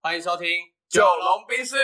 欢迎收听九龙冰室。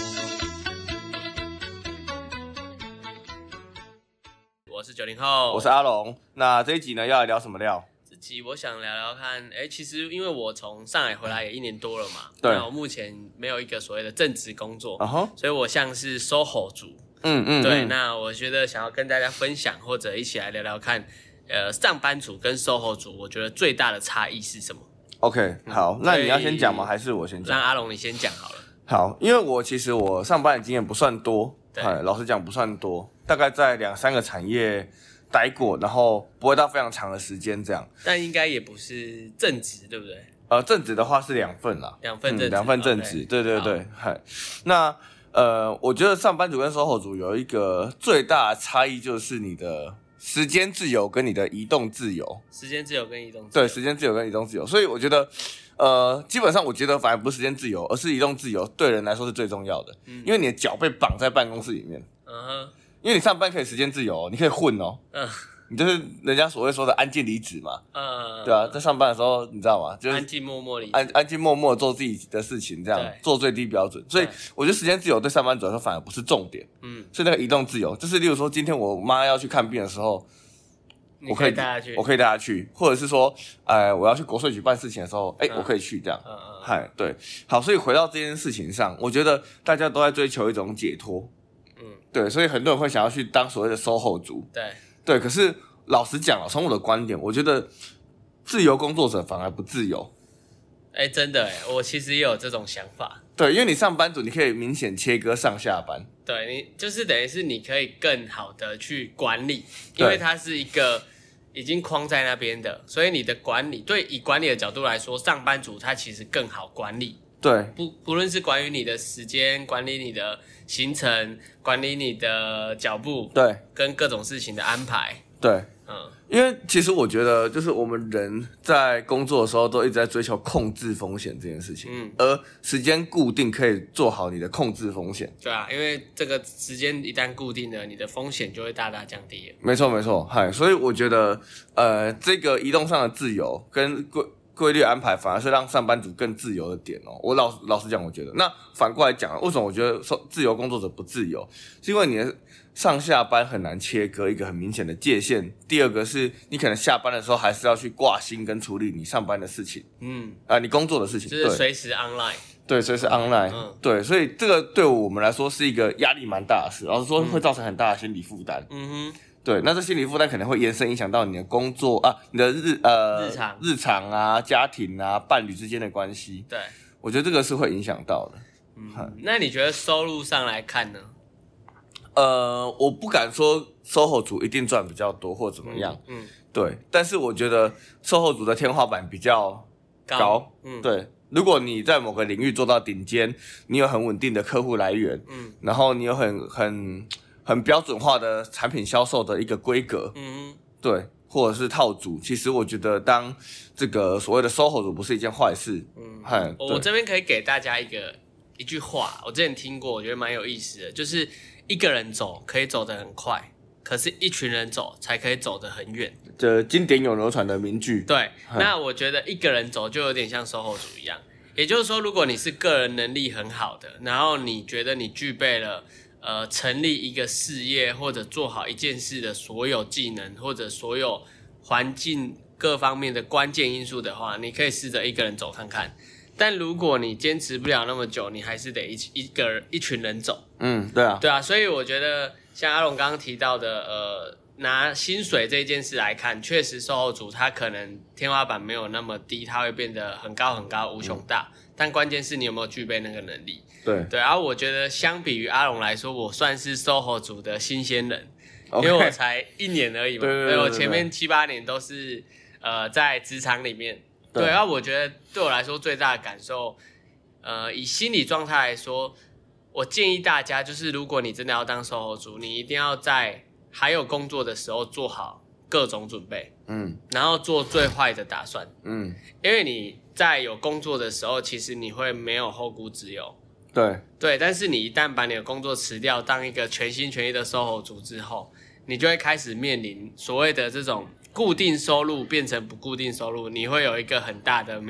我是90后， 我是阿龙。那这一集呢，要来聊什么料？ 这集我想聊聊看，其实因为我从上海回来也1年多了嘛， 对， 那我目前没有一个所谓的正职工作， 所以我像是 SOHO 族，对，那我觉得想要跟大家分享，或者一起来聊聊看，上班族跟 SOHO 族，我觉得最大的差异是什么 ？OK， 好，那你要先讲吗？还是我先讲？ 让阿龙你先讲好了。 好，因为我其实上班的经验不算多，老实讲不算多，大概在2-3个产业待过，然后不会到非常长的时间这样。 但应该也不是正职，对不对？ 正职的话是2份啦，2份正职，对对对。那我觉得上班族跟 SOHO 族有一个最大的差异，就是你的时间自由跟你的移动自由。 时间自由跟移动自由。 对，时间自由跟移动自由。所以我觉得基本上我觉得反而不是时间自由，而是移动自由对人来说是最重要的。因为你的脚被绑在办公室里面。因为你上班可以时间自由，你可以混哦。你就是人家所谓说的安静离职嘛。对啊，在上班的时候你知道吗？就是安静默默离职， 安静默默做自己的事情，这样做最低标准。所以我觉得时间自由对上班族来说反而不是重点。所以那个移动自由，就是例如说今天我妈要去看病的时候， 我可以带她去，或者是说，我要去国税局办事情的时候，我可以去这样。对，好，所以回到这件事情上，我觉得大家都在追求一种解脱。对，所以很多人会想要去当所谓的 SOHO 族。对，可是老实讲，从我的观点，我觉得自由工作者反而不自由。 真的我其实也有这种想法。 对，因为你上班族，你可以明显切割上下班。 对，你就是等于是你可以更好的去管理，因为它是一个已经框在那边的，所以你的管理，以管理的角度来说，上班族他其实更好管理。 对， 不论是管理你的时间，管理你的行程，管理你的脚步， 对， 跟各种事情的安排。 对，因为其实我觉得，就是我们人在工作的时候都一直在追求控制风险这件事情，而时间固定可以做好你的控制风险。 对啊，因为这个时间一旦固定了，你的风险就会大大降低了。 没错，所以我觉得，这个移动上的自由跟规律安排，反而是让上班族更自由的点哦。我老实讲，我觉得，那反过来讲，为什么我觉得自由工作者不自由？是因为你的上下班很难切割一个很明显的界限。第二个是你可能下班的时候还是要去挂心跟处理你上班的事情，你工作的事情， 就是随时 online。 对，随时 online。对，所以这个对我们来说是一个压力蛮大的事，老实说会造成很大的心理负担。对，那这心理负担可能会延伸影响到你的工作啊，你的日常啊、家庭啊、伴侣之间的关系。 对， 我觉得这个是会影响到的。 那你觉得收入上来看呢？ 我不敢说 SOHO 族一定赚比较多或怎么样。对，但是我觉得 SOHO 族的天花板比较高。对，如果你在某个领域做到顶尖，你有很稳定的客户来源，然后你有很标准化的产品销售的一个规格，对，或者是套组，其实我觉得当这个所谓的 SOHO 族不是一件坏事。 我这边可以给大家一句话，我之前听过，我觉得蛮有意思的，就是一个人走可以走得很快，可是一群人走才可以走得很远。 这经典永流传的名句。 对，那我觉得一个人走就有点像 SOHO 族一样，也就是说，如果你是个人能力很好的，然后你觉得你具备了成立一个事业或者做好一件事的所有技能，或者所有环境各方面的关键因素的话，你可以试着一个人走看看。但如果你坚持不了那么久，你还是得一群人走。对啊，所以我觉得像阿龙刚刚提到的，拿薪水这件事来看，确实SOHO族他可能天花板没有那么低，他会变得很高很高，无穷大。但关键是你有没有具备那个能力。对，然后我觉得相比于阿龙来说，我算是 SOHO 族的新鲜人，因为我才1年而已嘛。对，我前面7-8年都是在职场里面。对，然后我觉得对我来说最大的感受，以心理状态来说，我建议大家就是，如果你真的要当 SOHO 族，你一定要在还有工作的时候做好各种准备，然后做最坏的打算，因为你在有工作的时候，其实你会没有后顾之忧，对，但是你一旦把你的工作辞掉，当一个全心全意的 SOHO 族之后，你就会开始面临所谓的这种固定收入变成不固定收入，你会有一个很大的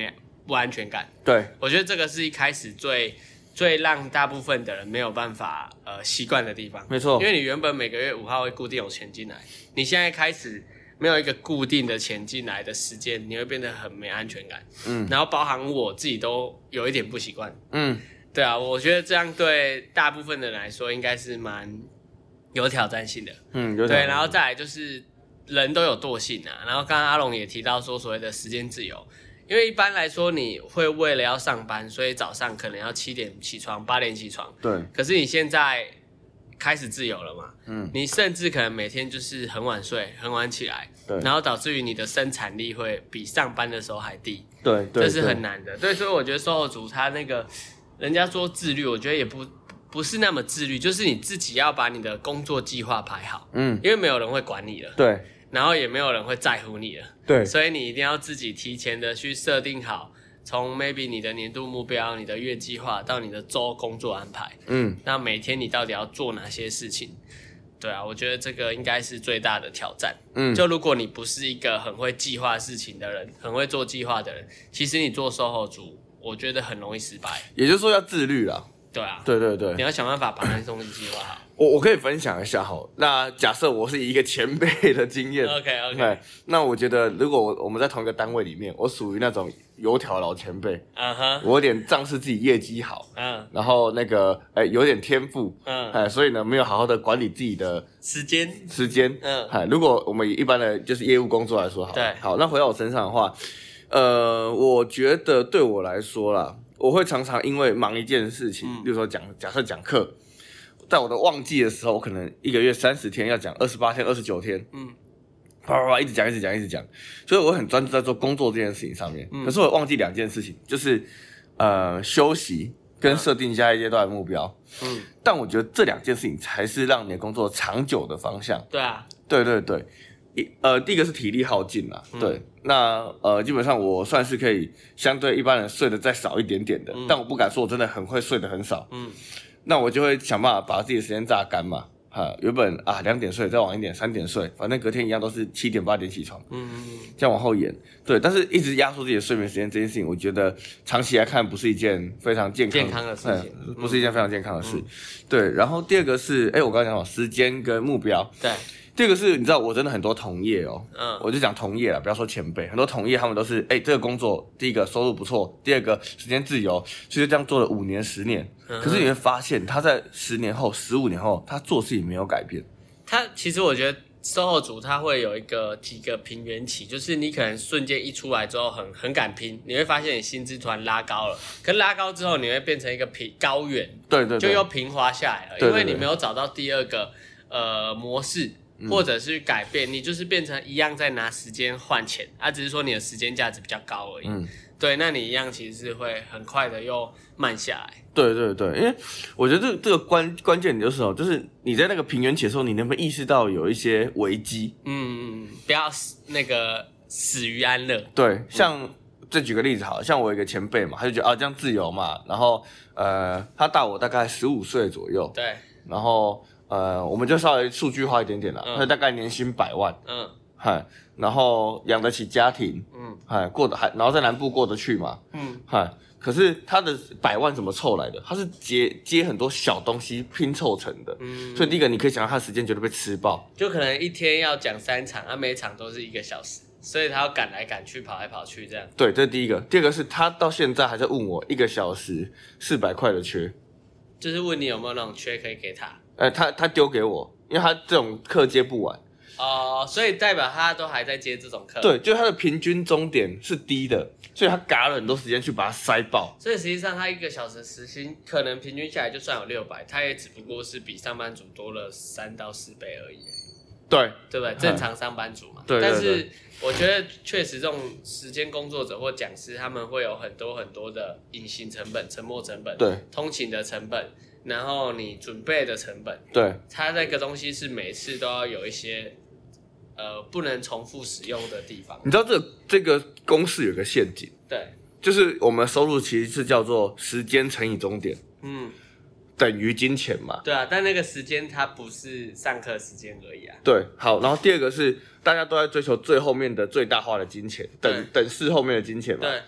不安全感。 对， 我觉得这个是一开始最让大部分的人没有办法习惯的地方。 没错， 因为你原本每个月5号会固定有钱进来，你现在开始没有一个固定的钱进来的时间，你会变得很没安全感。然后包含我自己都有一点不习惯。对啊，我觉得这样对大部分的人来说应该是蛮有挑战性的。对，然后再来就是人都有惰性啊。然后刚刚阿龙也提到说所谓的时间自由。因为一般来说，你会为了要上班，所以早上可能要7点起床、8点起床。 对。 可是你现在开始自由了嘛？你甚至可能每天就是很晚睡、很晚起来， 对。然后导致于你的生产力会比上班的时候还低。 对， 这是很难的。对，所以我觉得售后组他那个人家说自律，我觉得也不是那么自律，就是你自己要把你的工作计划排好。因为没有人会管你了。 对。 然后也没有人会在乎你了。 对， 所以你一定要自己提前的去设定好，从 maybe 你的年度目标、你的月计划到你的周工作安排。那每天你到底要做哪些事情？对啊，我觉得这个应该是最大的挑战。就如果你不是一个很会计划事情的人，很会做计划的人，其实你做售后组，我觉得很容易失败。 也就是说要自律啦。 对啊， 对对对， 你要想办法把那些东西计划好。 我可以分享一下哈。那假设我是以一个前辈的经验 ，OK， 那我觉得如果我们在同一个单位里面，我属于那种油条老前辈，我有点仗势自己业绩好，然后那个有点天赋，所以呢没有好好的管理自己的时间，如果我们以一般的就是业务工作来说，好，那回到我身上的话，我觉得对我来说啦。我会常常因为忙一件事情，比如说假设讲课，在我的旺季的时候，我可能一个月30天要讲28天、29天，啪啪啪一直讲，所以我很专注在做工作这件事情上面。可是我忘记2件事情，就是休息跟设定下一阶段的目标。但我觉得这2件事情才是让你的工作长久的方向。 对啊， 对。第一个是体力耗尽啦，对，那基本上我算是可以相对一般人睡得再少一点点的，但我不敢说我真的很会睡得很少，那我就会想办法把自己的时间榨干嘛，原本2点睡，再晚一点3点睡，反正隔天一样都是7点8点起床，这样往后延，对，但是一直压缩自己的睡眠时间这件事情，我觉得长期来看不是一件非常健康的事情， 不是一件非常健康的事，对，然后第二个是，我刚才讲时间跟目标， 对。 第二个是，你知道我真的很多同业我就讲同业啦，不要说前辈，很多同业他们都是，这个工作第一个收入不错，第二个时间自由，所以就这样做了5年10年，可是你会发现他在10年后、15年后，他做事情没有改变。 其实我觉得售后组他会有几个平原期，就是你可能瞬间一出来之后很敢拼，你会发现你薪资突然拉高了，可是拉高之后你会变成一个高原， 对， 就又平滑下来了，因为你没有找到第二个模式。或者是改变，你就是变成一样在拿时间换钱，只是说你的时间价值比较高而已。对，那你一样其实是会很快的又慢下来。 对，因为我觉得这个关键就是就是你在那个平原期的时候，你能不能意识到有一些危机？ 不要那个死于安乐。 对，像再举个例子好，像我有一个前辈嘛，他就觉得这样自由嘛，然后他大我大概15岁左右。 对， 然后我们就稍微数据化一点点啦，他大概年薪100万，然后养得起家庭，过得然后在南部过得去嘛，可是他的100万怎么凑来的？他是接很多小东西拼凑成的，所以第一个你可以想象他的时间绝对被吃爆， 就可能一天要讲3场，每一场都是1个小时，所以他要赶来赶去，跑来跑去这样。 对，这是第一个。第二个是他到现在还在问我1个小时400块的缺， 就是问你有没有那种缺可以给他。 他丢给我，因为他这种课接不完。 所以代表他都还在接这种课。 对，就他的平均终点是低的，所以他嘎了很多时间去把它塞爆。 所以实际上他1个小时时薪可能平均下来就算有600，他也只不过是比上班族多了3到4倍而已。 对不对？正常上班族嘛。 对。 但是我觉得确实这种时间工作者或讲师，他们会有很多很多的隐形成本、沉没成本、 对， 通勤的成本。然后你准备的成本， 对， 它那个东西是每次都要有一些不能重复使用的地方。 你知道这个公式有个陷阱， 对， 就是我们收入其实是叫做时间乘以终点，等于金钱嘛。 对啊，但那个时间它不是上课时间而已啊。 对，好，然后第二个是大家都在追求最后面的最大化的金钱，等事后面的金钱嘛。 对。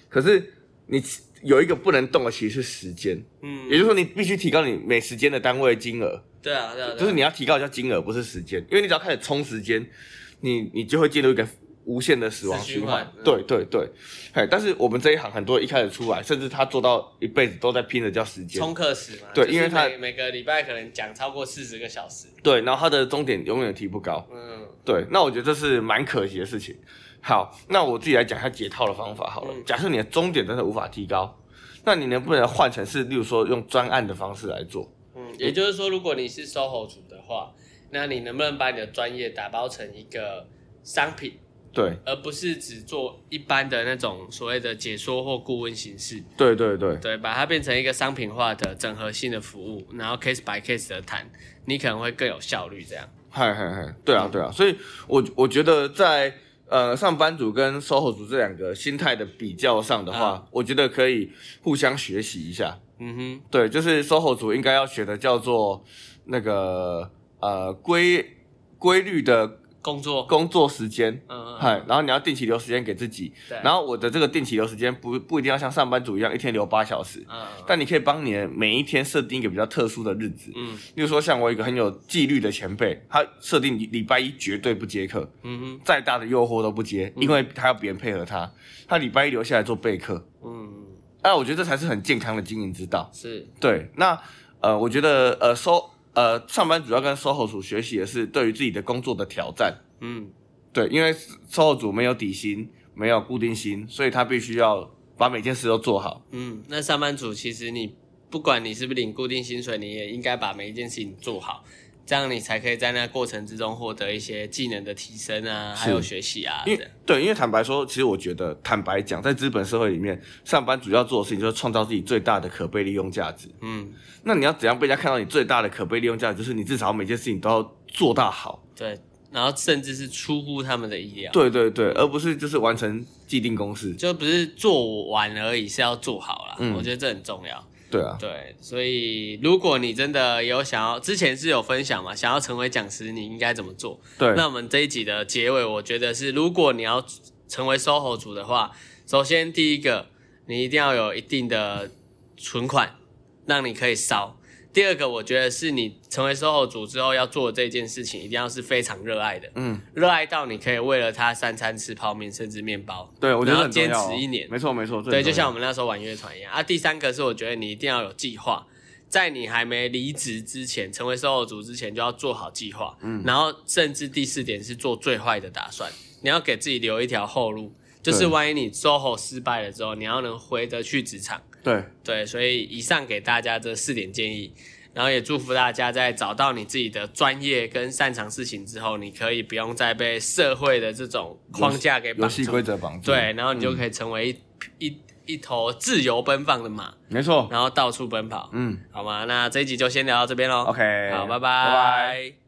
可是你有一个不能动的其实是时间，也就是说你必须提高你每时间的单位金额。 对啊， 就是你要提高的叫金额，不是时间，因为你只要开始冲时间，你就会进入一个无限的死亡循环。对，但是我们这一行很多人一开始出来，甚至他做到一辈子都在拼的叫时间， 冲课时嘛。 对，因为他每个礼拜可能讲超过40个小时。 对，然后他的终点永远提不高。对，那我觉得这是蛮可惜的事情。好，那我自己来讲一下解套的方法好了。假设你的终点真的无法提高，那你能不能换成是，例如说用专案的方式来做？ 也就是说，如果你是 SOHO 组的话，那你能不能把你的专业打包成一个商品？ 对， 而不是只做一般的那种所谓的解说或顾问形式。 对， 把它变成一个商品化的整合性的服务，然后 case by case 的谈，你可能会更有效率。这样。 对啊，所以我觉得在上班族跟 SOHO 族这两个心态的比较上的话，我觉得可以互相学习一下。对，就是 SOHO 族应该要学的叫做那个规律的工作时间，然后你要定期留时间给自己，然后我的这个定期留时间不一定要像上班族一样一天留8小时，但你可以帮你的每一天设定一个比较特殊的日子，例如说像我一个很有纪律的前辈，他设定礼拜一绝对不接课，再大的诱惑都不接，因为他要别人配合他礼拜一留下来做备课，那我觉得这才是很健康的经营之道。 是， 对，那我觉得上班族要跟 SOHO 族学习的是对于自己的工作的挑战。对，因为 SOHO 族没有底薪，没有固定薪，所以他必须要把每件事都做好。 那上班族其实你不管你是不是领固定薪水，你也应该把每一件事情做好，这样你才可以在那过程之中获得一些技能的提升啊，还有学习啊。 因为坦白说，其实我觉得坦白讲，在资本社会里面，上班族要做的事情就是创造自己最大的可被利用价值。那你要怎样被人家看到你最大的可被利用价值？就是你至少每件事情都要做到好。 对，然后甚至是出乎他们的意料。 对，而不是就是完成既定公式， 就不是做完而已，是要做好啦。我觉得这很重要。 对啊， 对，所以如果你真的有想要，之前是有分享嘛，想要成为讲师，你应该怎么做？ 对， 那我们这一集的结尾，我觉得是，如果你要成为 SOHO 族的话，首先第一个，你一定要有一定的存款，让你可以烧。第二个，我觉得是你成为 SOHO 族之后要做的这件事情，一定要是非常热爱的，热爱到你可以为了它3餐吃泡面甚至面包， 对，我觉得很重要， 坚持1年， 没错， 对，就像我们那时候玩乐团一样。第三个是我觉得你一定要有计划，在你还没离职之前，成为 SOHO 族之前就要做好计划，然后甚至第4点是做最坏的打算，你要给自己留一条后路，就是万一你 SOHO 失败了之后，你要能回得去职场。对，所以以上给大家这4点建议，然后也祝福大家在找到你自己的专业跟擅长事情之后，你可以不用再被社会的这种框架给绑住， 游戏规则绑住， 对，然后你就可以成为一头自由奔放的马， 没错， 然后到处奔跑，好吗？那这一集就先聊到这边咯。 OK， 好，拜拜。